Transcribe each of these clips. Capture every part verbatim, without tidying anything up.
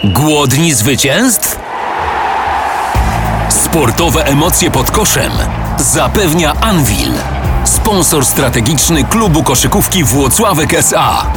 Głodni zwycięstw? Sportowe emocje pod koszem zapewnia Anwil, sponsor strategiczny klubu koszykówki Włocławek S A.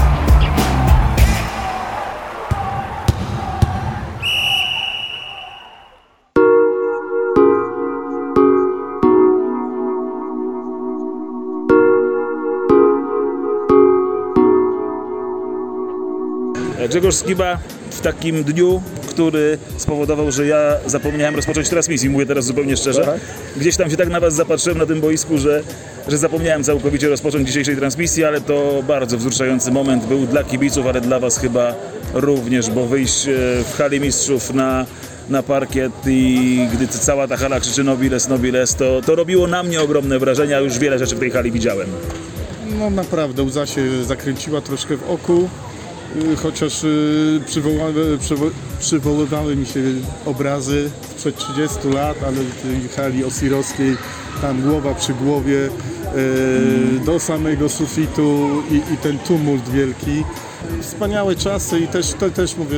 Grzegorz Skiba w takim dniu, który spowodował, że ja zapomniałem rozpocząć transmisji, mówię teraz zupełnie szczerze. Tak. Gdzieś tam się tak na was zapatrzyłem na tym boisku, że, że zapomniałem całkowicie rozpocząć dzisiejszej transmisji, ale to bardzo wzruszający moment był dla kibiców, ale dla was chyba również, bo wyjść w hali mistrzów na, na parkiet i gdy cała ta hala krzyczy Nobiles, Nobiles, to, to robiło na mnie ogromne wrażenie, już wiele rzeczy w tej hali widziałem. No naprawdę, łza się zakręciła troszkę w oku. Chociaż y, przywołały, przywo, przywoływały mi się obrazy sprzed trzydziestu lat, ale w tej hali osirowskiej, tam głowa przy głowie, y, do samego sufitu i, i ten tumult wielki. Wspaniałe czasy i też, te, też mówię,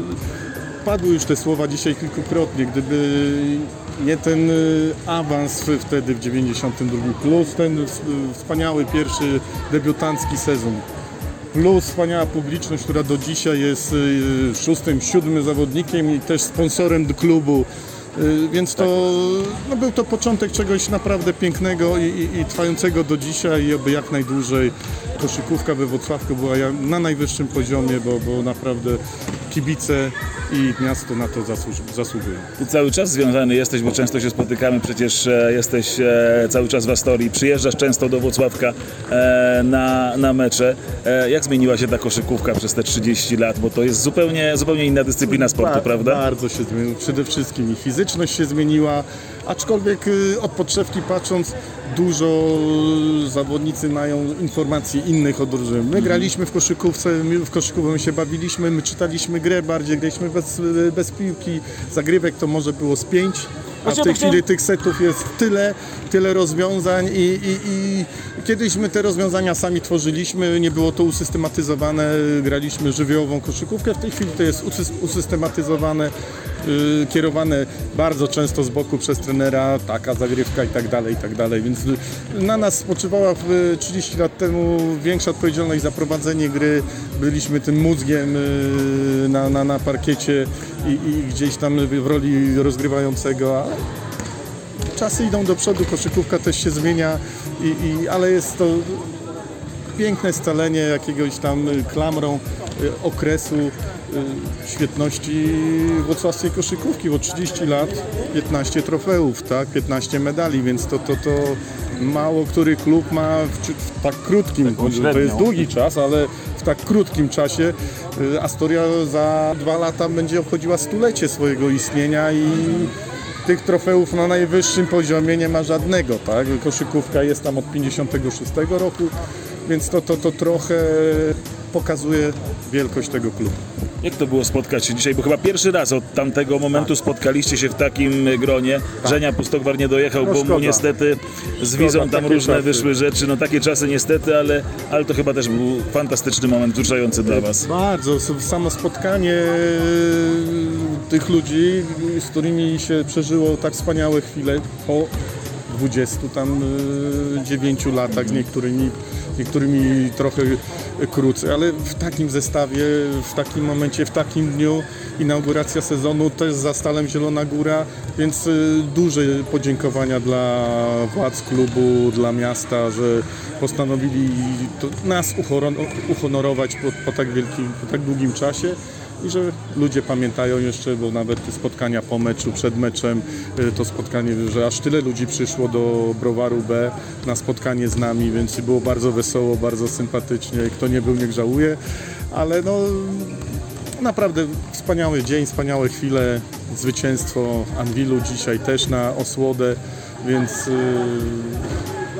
padły już te słowa dzisiaj kilkukrotnie, gdyby nie ten awans wtedy w dziewięćdziesiątym drugim plus ten wspaniały pierwszy debiutancki sezon. Plus wspaniała publiczność, która do dzisiaj jest szóstym, siódmym zawodnikiem i też sponsorem do klubu. Więc to no był to początek czegoś naprawdę pięknego i, i, i trwającego do dzisiaj i oby jak najdłużej koszykówka we Włocławku była na najwyższym poziomie, bo, bo naprawdę kibice i miasto na to zasługują. Ty cały czas związany jesteś, bo często się spotykamy, przecież jesteś cały czas w Astorii, przyjeżdżasz często do Włocławka na, na mecze. Jak zmieniła się ta koszykówka przez te trzydzieści lat, bo to jest zupełnie, zupełnie inna dyscyplina sportu, ba- prawda? Bardzo się zmieniło, przede wszystkim i fizyczność się zmieniła, aczkolwiek od podszewki patrząc, dużo zawodnicy mają informacji innych od drużyn. My graliśmy w koszykówce, my w koszykówkę się bawiliśmy, my czytaliśmy grę bardziej, graliśmy bez, bez piłki, zagrywek to może było z pięć, a w tej chwili tych setów jest tyle, tyle rozwiązań i, i, i kiedyś my te rozwiązania sami tworzyliśmy, nie było to usystematyzowane, graliśmy żywiołową koszykówkę, w tej chwili to jest usystematyzowane, yy, kierowane bardzo często z boku przez trenera, taka zagrywka i tak dalej, i tak dalej, więc na nas spoczywała w trzydzieści lat temu większa odpowiedzialność za prowadzenie gry, byliśmy tym mózgiem yy, na, na, na parkiecie i, i gdzieś tam w roli rozgrywającego, a czasy idą do przodu, koszykówka też się zmienia, i, i, ale jest to piękne scalenie jakiegoś tam klamrą okresu świetności włocławskiej koszykówki, bo trzydzieści lat, piętnaście trofeów, tak, piętnaście medali, więc to, to, to mało który klub ma w, w tak krótkim, to jest długi czas, ale w tak krótkim czasie Astoria za dwa lata będzie obchodziła stulecie swojego istnienia i tych trofeów na najwyższym poziomie nie ma żadnego, tak? Koszykówka jest tam od pięćdziesiątego szóstego roku, więc to, to, to trochę pokazuje wielkość tego klubu. Jak to było spotkać się dzisiaj? Bo chyba pierwszy raz od tamtego momentu spotkaliście się w takim gronie. Tak. Żenia Pustogwar nie dojechał, no, bo szkoda. Mu niestety z wizą szkoda, tam różne czasy. Wyszły rzeczy. No takie czasy niestety, ale, ale to chyba też był fantastyczny moment, wzruszający dla was. Bardzo. Samo spotkanie tych ludzi, z którymi się przeżyło tak wspaniałe chwile po dwudziestu tam dziewięciu latach, z niektórymi niektórymi trochę krócej, ale w takim zestawie, w takim momencie, w takim dniu inauguracja sezonu też za Stalem Zielona Góra, więc duże podziękowania dla władz klubu, dla miasta, że postanowili to, nas uhonorować po, po tak wielkim, po tak długim czasie. I że ludzie pamiętają jeszcze, bo nawet te spotkania po meczu, przed meczem, to spotkanie, że aż tyle ludzi przyszło do Browaru B na spotkanie z nami, więc było bardzo wesoło, bardzo sympatycznie. Kto nie był, niech żałuje, ale no naprawdę wspaniały dzień, wspaniałe chwile, zwycięstwo Anwilu dzisiaj też na Osłodę, więc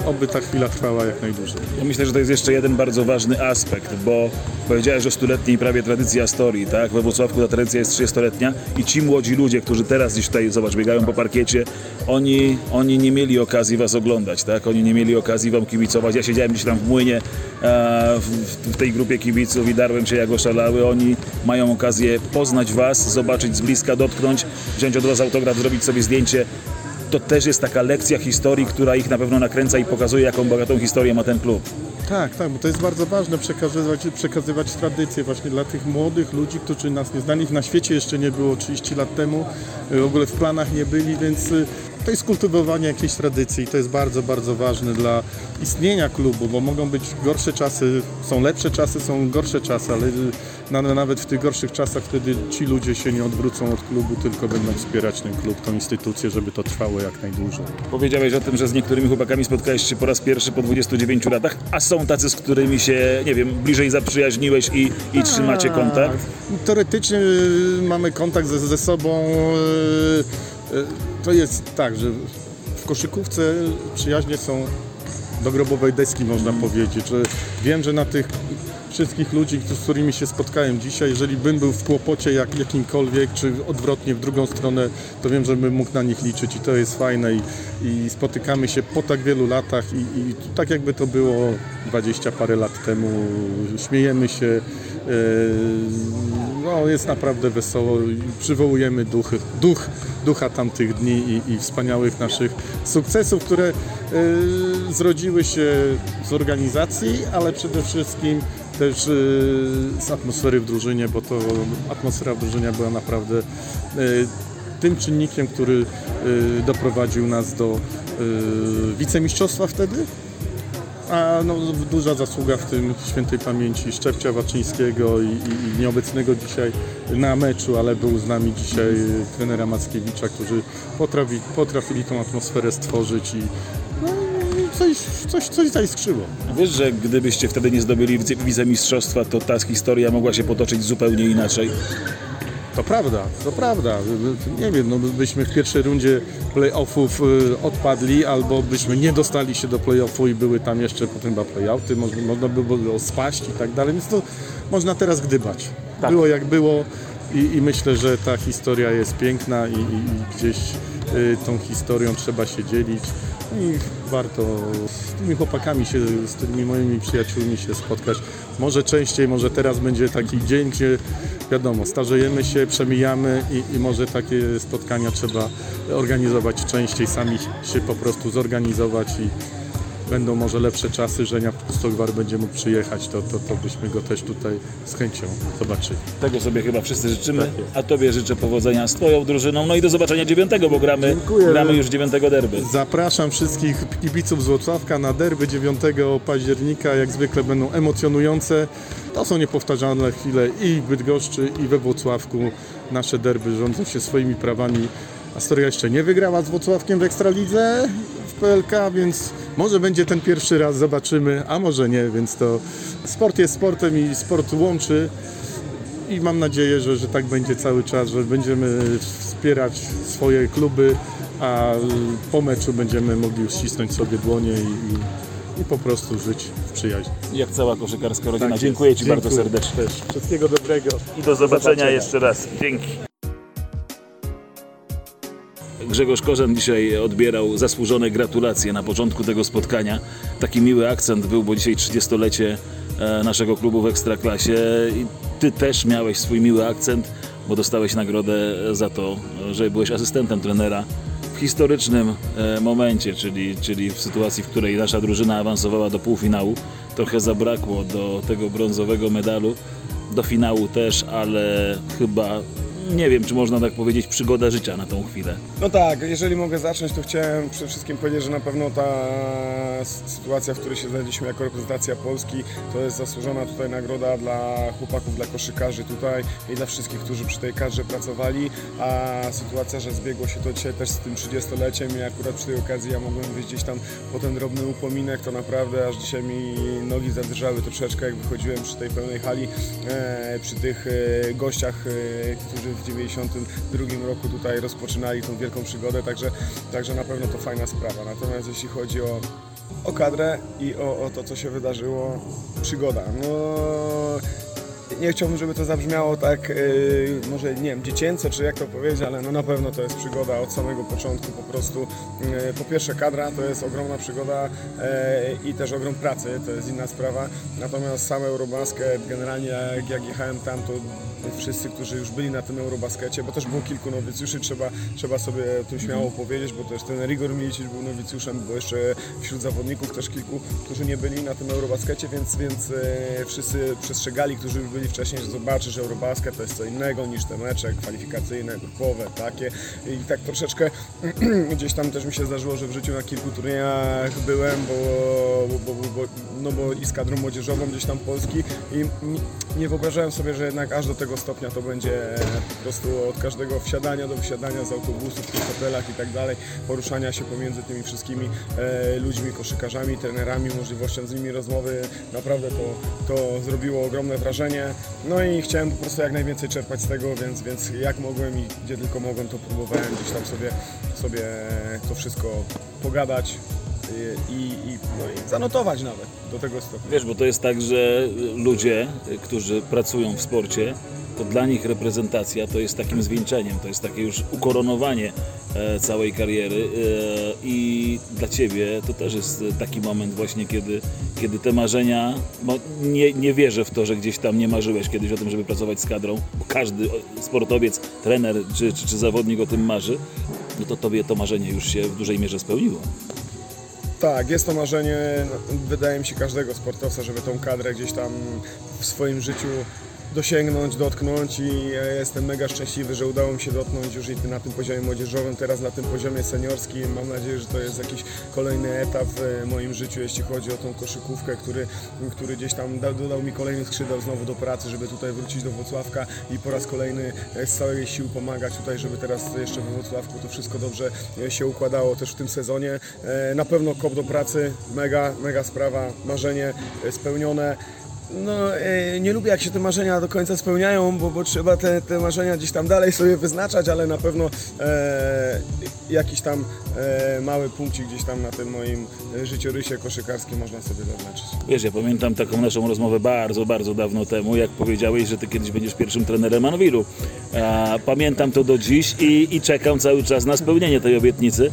oby ta chwila trwała jak najdłużej. Ja myślę, że to jest jeszcze jeden bardzo ważny aspekt, bo powiedziałeś o stuletniej prawie tradycji Astorii, tak? We Włocławku ta tradycja jest trzydziestoletnia i ci młodzi ludzie, którzy teraz gdzieś tutaj, zobacz, biegają po parkiecie, oni, oni nie mieli okazji was oglądać, tak? Oni nie mieli okazji wam kibicować. Ja siedziałem gdzieś tam w młynie, e, w, w tej grupie kibiców i darłem się jak oszalały. Oni mają okazję poznać was, zobaczyć z bliska, dotknąć, wziąć od was autograf, zrobić sobie zdjęcie. To też jest taka lekcja historii, która ich na pewno nakręca i pokazuje, jaką bogatą historię ma ten klub. Tak, tak, bo to jest bardzo ważne przekazywać, przekazywać tradycje właśnie dla tych młodych ludzi, którzy nas nie znali. Na świecie jeszcze nie było trzydzieści lat temu, w ogóle w planach nie byli, więc to jest kultywowanie jakiejś tradycji i to jest bardzo, bardzo ważne dla istnienia klubu, bo mogą być gorsze czasy, są lepsze czasy, są gorsze czasy, ale na, nawet w tych gorszych czasach wtedy ci ludzie się nie odwrócą od klubu, tylko będą wspierać ten klub, tą instytucję, żeby to trwało jak najdłużej. Powiedziałeś o tym, że z niektórymi chłopakami spotkałeś się po raz pierwszy po dwudziestu dziewięciu latach, a są tacy, z którymi się, nie wiem, bliżej zaprzyjaźniłeś i, i trzymacie kontakt? Teoretycznie mamy kontakt ze, ze sobą. To jest tak, że w koszykówce przyjaźnie są do grobowej deski, można powiedzieć. Że wiem, że na tych wszystkich ludzi, z którymi się spotkałem dzisiaj, jeżeli bym był w kłopocie jak, jakimkolwiek, czy odwrotnie w drugą stronę, to wiem, że bym mógł na nich liczyć i to jest fajne i, i spotykamy się po tak wielu latach i, i tak jakby to było dwadzieścia parę lat temu, śmiejemy się, yy, no jest naprawdę wesoło, przywołujemy duchy, duch, ducha tamtych dni i, i wspaniałych naszych sukcesów, które yy, zrodziły się z organizacji, ale przede wszystkim też z atmosfery w drużynie, bo to atmosfera w drużynie była naprawdę tym czynnikiem, który doprowadził nas do wicemistrzostwa wtedy, a no, duża zasługa w tym świętej pamięci Szczepcia Waczyńskiego i, i, i nieobecnego dzisiaj na meczu, ale był z nami dzisiaj trenera Mackiewicza, którzy potrafi, potrafili tą atmosferę stworzyć i no, coś, coś, coś zaiskrzyło. Wiesz, że gdybyście wtedy nie zdobyli wice- wicemistrzostwa, to ta historia mogła się potoczyć zupełnie inaczej? To prawda, to prawda. Nie wiem, no byśmy w pierwszej rundzie play-offów odpadli, albo byśmy nie dostali się do play-offu i były tam jeszcze potem chyba play-outy, można, można by było spaść i tak dalej, więc to można teraz gdybać. Tak. Było jak było i, i myślę, że ta historia jest piękna i, i, i gdzieś y, tą historią trzeba się dzielić. I warto z tymi chłopakami się, z tymi moimi przyjaciółmi się spotkać. Może częściej, może teraz będzie taki dzień, gdzie wiadomo, starzejemy się, przemijamy i, i może takie spotkania trzeba organizować częściej, sami się po prostu zorganizować i będą może lepsze czasy, że Pustogwar będzie mógł przyjechać, to, to, to byśmy go też tutaj z chęcią zobaczyli. Tego sobie chyba wszyscy życzymy, tak, a Tobie życzę powodzenia z Twoją drużyną, no i do zobaczenia dziewiątego, bo gramy, gramy już dziewiątego derby. Zapraszam wszystkich kibiców z Włocławka na derby dziewiątego października, jak zwykle będą emocjonujące. To są niepowtarzalne chwile i w Bydgoszczy, i we Włocławku. Nasze derby rządzą się swoimi prawami. Astoria jeszcze nie wygrała z Włocławkiem w Ekstralidze w P L K, więc może będzie ten pierwszy raz, zobaczymy, a może nie, więc to sport jest sportem i sport łączy i mam nadzieję, że, że tak będzie cały czas, że będziemy wspierać swoje kluby, a po meczu będziemy mogli ścisnąć sobie dłonie i, i, i po prostu żyć w przyjaźni. Jak cała koszykarska rodzina. Tak Dziękuję jest. Ci Dziękuję bardzo serdecznie. Też. Wszystkiego dobrego. I do zobaczenia jeszcze raz. Dzięki. Grzegorz Korzeń dzisiaj odbierał zasłużone gratulacje na początku tego spotkania. Taki miły akcent był, bo dzisiaj trzydziestolecie naszego klubu w Ekstraklasie i Ty też miałeś swój miły akcent, bo dostałeś nagrodę za to, że byłeś asystentem trenera w historycznym momencie, czyli, czyli w sytuacji, w której nasza drużyna awansowała do półfinału. Trochę zabrakło do tego brązowego medalu, do finału też, ale chyba nie wiem, czy można tak powiedzieć, przygoda życia na tą chwilę. No tak, jeżeli mogę zacząć, to chciałem przede wszystkim powiedzieć, że na pewno ta sytuacja, w której się znaleźliśmy jako reprezentacja Polski, to jest zasłużona tutaj nagroda dla chłopaków, dla koszykarzy tutaj i dla wszystkich, którzy przy tej kadrze pracowali, a sytuacja, że zbiegło się to dzisiaj też z tym trzydziestoleciem i akurat przy tej okazji ja mogłem wyjść gdzieś tam po ten drobny upominek, to naprawdę aż dzisiaj mi nogi zadrżały troszeczkę, jak wychodziłem przy tej pełnej hali, e, przy tych e, gościach, e, którzy w dziewięćdziesiątym drugim roku tutaj rozpoczynali tą wielką przygodę, także, także na pewno to fajna sprawa. Natomiast jeśli chodzi o o kadrę i o, o to, co się wydarzyło, przygoda. No, nie chciałbym, żeby to zabrzmiało tak, yy, może nie wiem, dziecięco, czy jak to powiedzieć, ale no na pewno to jest przygoda od samego początku po prostu. Yy, po pierwsze kadra to jest ogromna przygoda yy, i też ogrom pracy, to jest inna sprawa. Natomiast sam Eurobasket, generalnie jak, jak jechałem tam, to wszyscy, którzy już byli na tym Eurobaskecie, bo też było kilku nowicjuszy, trzeba, trzeba sobie o tym śmiało powiedzieć, bo też ten Rigor Milicic był nowicjuszem, było jeszcze wśród zawodników też kilku, którzy nie byli na tym Eurobaskecie, więc, więc yy, wszyscy przestrzegali, którzy już byli wcześniej, że zobaczy, że Eurobasket to jest co innego niż te mecze kwalifikacyjne, grupowe, takie i tak troszeczkę gdzieś tam też mi się zdarzyło, że w życiu na kilku turniejach byłem, bo, bo, bo, bo, no bo i z kadrą młodzieżową gdzieś tam Polski i nie, nie wyobrażałem sobie, że jednak aż do tego stopnia to będzie po prostu od każdego wsiadania do wysiadania z autobusów, w tych hotelach i tak dalej, poruszania się pomiędzy tymi wszystkimi e, ludźmi, koszykarzami, trenerami, możliwością z nimi rozmowy, naprawdę to, to zrobiło ogromne wrażenie. No i chciałem po prostu jak najwięcej czerpać z tego, więc, więc jak mogłem i gdzie tylko mogłem, to próbowałem gdzieś tam sobie, sobie to wszystko pogadać i, i, i, no i zanotować nawet do tego stopnia. Wiesz, bo to jest tak, że ludzie, którzy pracują w sporcie, to dla nich reprezentacja to jest takim zwieńczeniem, to jest takie już ukoronowanie e, całej kariery e, i dla Ciebie to też jest taki moment właśnie, kiedy, kiedy te marzenia, bo nie, nie wierzę w to, że gdzieś tam nie marzyłeś kiedyś o tym, żeby pracować z kadrą, bo każdy sportowiec, trener czy, czy, czy zawodnik o tym marzy, no to Tobie to marzenie już się w dużej mierze spełniło. Tak, jest to marzenie, wydaje mi się, każdego sportowca, żeby tą kadrę gdzieś tam w swoim życiu dosięgnąć, dotknąć i ja jestem mega szczęśliwy, że udało mi się dotknąć już i na tym poziomie młodzieżowym, teraz na tym poziomie seniorskim. Mam nadzieję, że to jest jakiś kolejny etap w moim życiu, jeśli chodzi o tą koszykówkę, który, który gdzieś tam dodał mi kolejny skrzydeł znowu do pracy, żeby tutaj wrócić do Włocławka i po raz kolejny z całej sił pomagać tutaj, żeby teraz jeszcze we Włocławku to wszystko dobrze się układało też w tym sezonie. Na pewno kop do pracy, mega, mega sprawa, marzenie spełnione. No, nie lubię, jak się te marzenia do końca spełniają, bo, bo trzeba te, te marzenia gdzieś tam dalej sobie wyznaczać, ale na pewno e, jakiś tam e, mały punkcik gdzieś tam na tym moim życiorysie koszykarskim można sobie zaznaczyć. Wiesz, ja pamiętam taką naszą rozmowę bardzo, bardzo dawno temu, jak powiedziałeś, że Ty kiedyś będziesz pierwszym trenerem Anwilu. Pamiętam to do dziś i, i czekam cały czas na spełnienie tej obietnicy.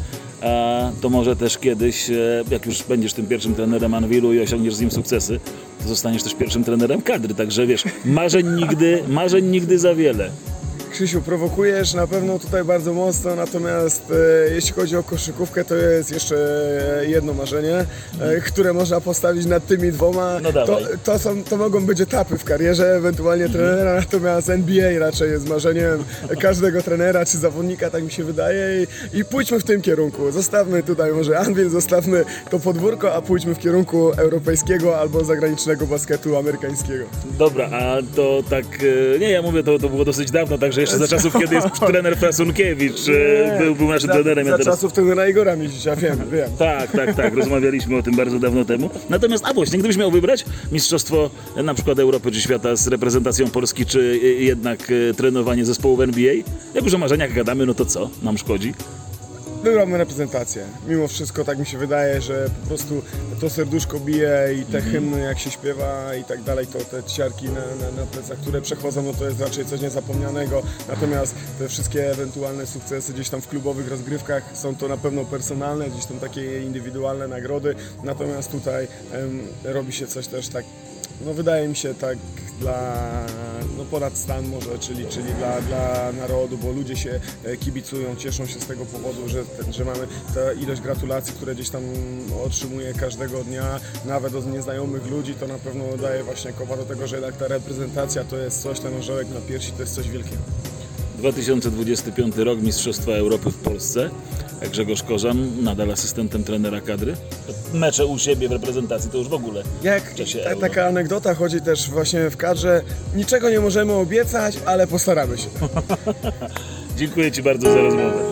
A to może też kiedyś, jak już będziesz tym pierwszym trenerem Anwilu i osiągniesz z nim sukcesy, to zostaniesz też pierwszym trenerem kadry. Także wiesz, marzeń nigdy, marzeń nigdy za wiele. Krzysiu, prowokujesz na pewno tutaj bardzo mocno, natomiast e, jeśli chodzi o koszykówkę, to jest jeszcze jedno marzenie, e, które można postawić nad tymi dwoma. No to, dawaj. to, są, to mogą być etapy w karierze, ewentualnie trenera, natomiast N B A raczej jest marzeniem każdego trenera czy zawodnika, tak mi się wydaje i, i pójdźmy w tym kierunku. Zostawmy tutaj może Anwil, zostawmy to podwórko, a pójdźmy w kierunku europejskiego albo zagranicznego basketu amerykańskiego. Dobra, a to tak, e, nie, ja mówię, to, to było dosyć dawno, także jeszcze za czasów, kiedy jest trener Frasunkiewicz, e, był, był naszym za, trenerem. Za Ja teraz... czasów trenera Igora Milicicia, wiem, wiem. Tak, tak, tak, rozmawialiśmy o tym bardzo dawno temu. Natomiast, a właśnie, gdybyś miał wybrać mistrzostwo e, na przykład Europy czy świata z reprezentacją Polski, czy e, jednak e, trenowanie zespołów N B A, jak już o marzeniach gadamy, no to co nam szkodzi? Wybrałbym reprezentację. Mimo wszystko tak mi się wydaje, że po prostu to serduszko bije i te hymny jak się śpiewa i tak dalej, to te ciarki na, na, na plecach, które przechodzą, no to jest raczej coś niezapomnianego. Natomiast te wszystkie ewentualne sukcesy gdzieś tam w klubowych rozgrywkach są to na pewno personalne, gdzieś tam takie indywidualne nagrody. Natomiast tutaj em, robi się coś też tak, no wydaje mi się tak dla, no ponad stan może, czyli, czyli dla, dla narodu, bo ludzie się kibicują, cieszą się z tego powodu, że, że mamy tę ilość gratulacji, które gdzieś tam otrzymuję każdego dnia, nawet od nieznajomych ludzi, to na pewno daje właśnie kopa do tego, że jednak ta reprezentacja to jest coś, ten orzełek na piersi to jest coś wielkiego. dwa tysiące dwudziesty piąty rok, Mistrzostwa Europy w Polsce. Grzegorz Korzan, nadal asystentem trenera kadry. Mecze u siebie w reprezentacji to już w ogóle. Jak w czasie ta, Euro. taka anegdota chodzi też właśnie w kadrze, niczego nie możemy obiecać, ale postaramy się. Dziękuję Ci bardzo za rozmowę.